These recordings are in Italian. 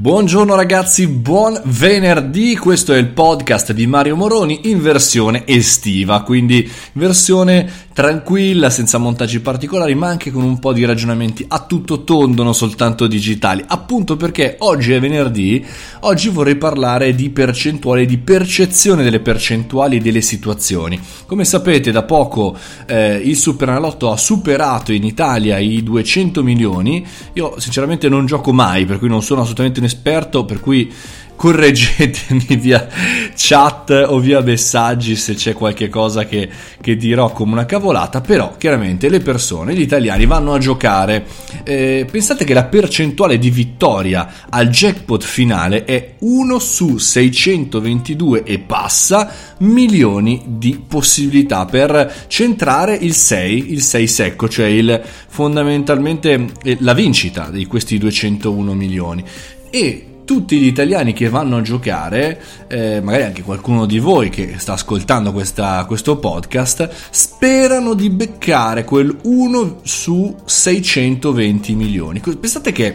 Buongiorno ragazzi, buon venerdì, questo è il podcast di Mario Moroni in versione estiva, quindi versione tranquilla, senza montaggi particolari, ma anche con un po' di ragionamenti a tutto tondo, non soltanto digitali, appunto perché oggi è venerdì. Oggi vorrei parlare di percentuali, di percezione delle percentuali delle situazioni. Come sapete, da poco il Superenalotto ha superato in Italia i 200 milioni. Io sinceramente non gioco mai, per cui non sono assolutamente un esperto, per cui correggetemi via chat o via messaggi se c'è qualche cosa che dirò come una cavolata. Però chiaramente le persone, gli italiani vanno a giocare, pensate che la percentuale di vittoria al jackpot finale è 1 su 622 e passa milioni di possibilità per centrare il 6 secco, cioè fondamentalmente la vincita di questi 201 milioni. E tutti gli italiani che vanno a giocare, magari anche qualcuno di voi che sta ascoltando questo podcast, sperano di beccare quel 1 su 620 milioni. Pensate che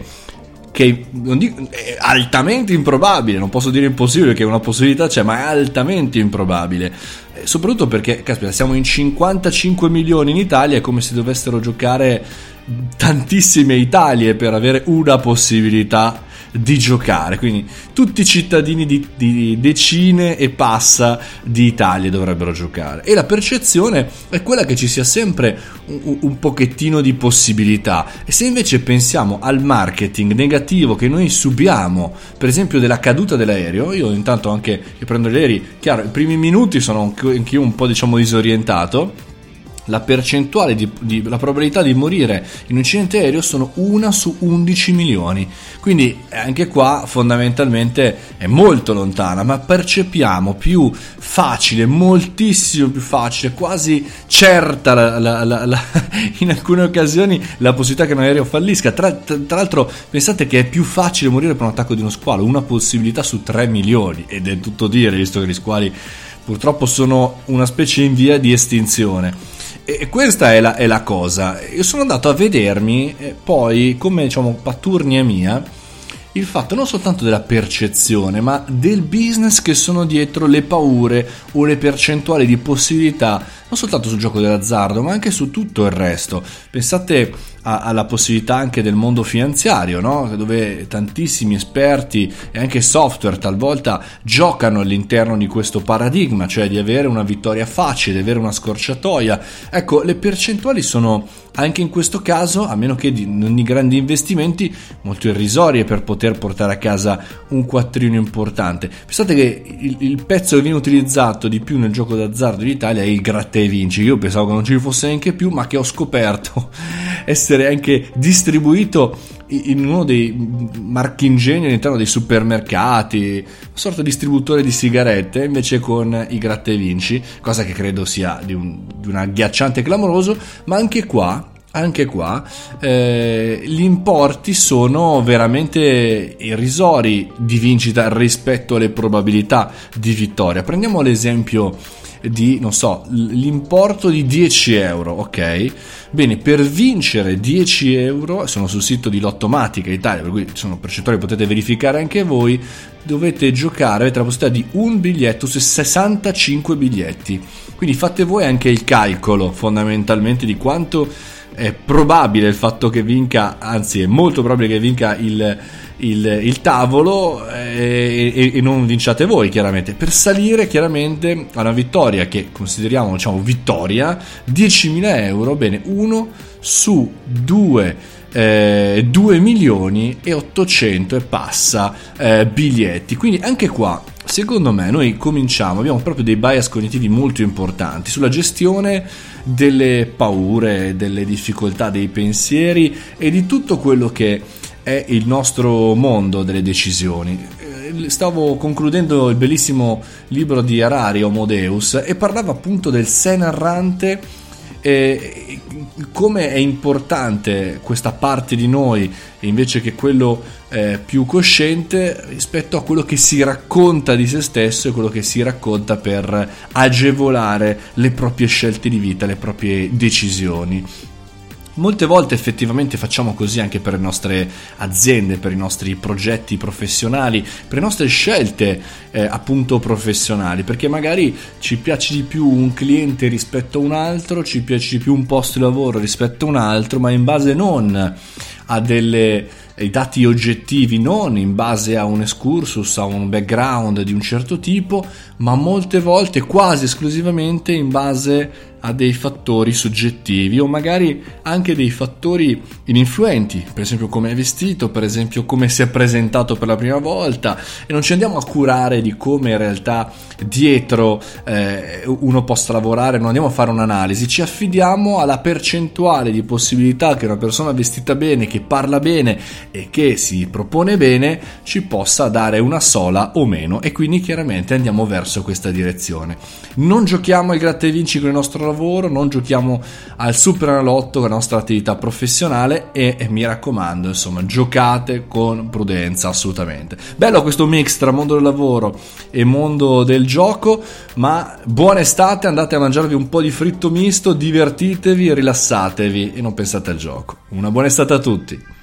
non dico, è altamente improbabile, non posso dire impossibile, che una possibilità c'è, ma è altamente improbabile. Soprattutto perché, caspita, siamo in 55 milioni in Italia, è come se dovessero giocare tantissime Italie per avere una possibilità di giocare. Quindi tutti i cittadini di decine e passa di Italia dovrebbero giocare, e la percezione è quella che ci sia sempre un pochettino di possibilità. E se invece pensiamo al marketing negativo che noi subiamo, per esempio della caduta dell'aereo, io intanto anche che prendo gli aerei, chiaro, i primi minuti sono anch'io un po' disorientato. La percentuale la probabilità di morire in un incidente aereo sono 1 su 11 milioni, quindi anche qua fondamentalmente è molto lontana, ma percepiamo più facile, moltissimo più facile, quasi certa in alcune occasioni la possibilità che un aereo fallisca. Tra l'altro pensate che è più facile morire per un attacco di uno squalo, una possibilità su 3 milioni, ed è tutto dire, visto che gli squali purtroppo sono una specie in via di estinzione. E questa è la cosa. Io sono andato a vedermi poi, come paturnia mia, il fatto non soltanto della percezione, ma del business che sono dietro le paure o le percentuali di possibilità, non soltanto sul gioco dell'azzardo, ma anche su tutto il resto. Pensate alla possibilità anche del mondo finanziario, no? Dove tantissimi esperti e anche software talvolta giocano all'interno di questo paradigma, cioè di avere una vittoria facile, di avere una scorciatoia. Ecco, le percentuali sono anche in questo caso, a meno che non di grandi investimenti, molto irrisorie per poter portare a casa un quattrino importante. Pensate che il pezzo che viene utilizzato di più nel gioco d'azzardo in Italia è il gratta e vinci. Io pensavo che non ci fosse neanche più, ma che ho scoperto essere anche distribuito in uno dei marchingegni all'interno dei supermercati, una sorta di distributore di sigarette, invece con i gratta e vinci, cosa che credo sia di un agghiacciante clamoroso. Ma anche qua gli importi sono veramente irrisori di vincita rispetto alle probabilità di vittoria. Prendiamo l'esempio di, non so, l'importo di 10 euro, ok? Bene, per vincere 10 euro, sono sul sito di Lottomatica Italia, per cui sono percentuali che potete verificare anche voi, dovete giocare, avete la possibilità di un biglietto su 65 biglietti. Quindi fate voi anche il calcolo fondamentalmente di quanto è probabile il fatto che vinca, anzi è molto probabile che vinca il tavolo, e non vinciate voi, chiaramente, per salire chiaramente a una vittoria che consideriamo vittoria, 10.000 euro. Bene, 1 su 2 milioni e 800 e passa biglietti. Quindi anche qua secondo me noi abbiamo proprio dei bias cognitivi molto importanti sulla gestione delle paure, delle difficoltà, dei pensieri e di tutto quello che è il nostro mondo delle decisioni. Stavo concludendo il bellissimo libro di Harari, Homo Deus, e parlava appunto del sé narrante, come è importante questa parte di noi invece che quello più cosciente rispetto a quello che si racconta di se stesso e quello che si racconta per agevolare le proprie scelte di vita, le proprie decisioni. Molte volte effettivamente facciamo così anche per le nostre aziende, per i nostri progetti professionali, per le nostre scelte appunto professionali, perché magari ci piace di più un cliente rispetto a un altro, ci piace di più un posto di lavoro rispetto a un altro, ma in base non a ai dati oggettivi, non in base a un excursus, a un background di un certo tipo, ma molte volte quasi esclusivamente in base a dei fattori soggettivi o magari anche dei fattori ininfluenti, per esempio come è vestito, per esempio come si è presentato per la prima volta, e non ci andiamo a curare di come in realtà dietro uno possa lavorare, non andiamo a fare un'analisi, ci affidiamo alla percentuale di possibilità che una persona vestita bene, che parla bene e che si propone bene ci possa dare una sola o meno, e quindi chiaramente andiamo verso questa direzione. Non giochiamo al gratta e vinci con il nostro lavoro, non giochiamo al Superenalotto con la nostra attività professionale e mi raccomando, insomma, giocate con prudenza, assolutamente. Bello questo mix tra mondo del lavoro e mondo del gioco, ma buona estate, andate a mangiarvi un po' di fritto misto, divertitevi, rilassatevi e non pensate al gioco. Una buona estate a tutti.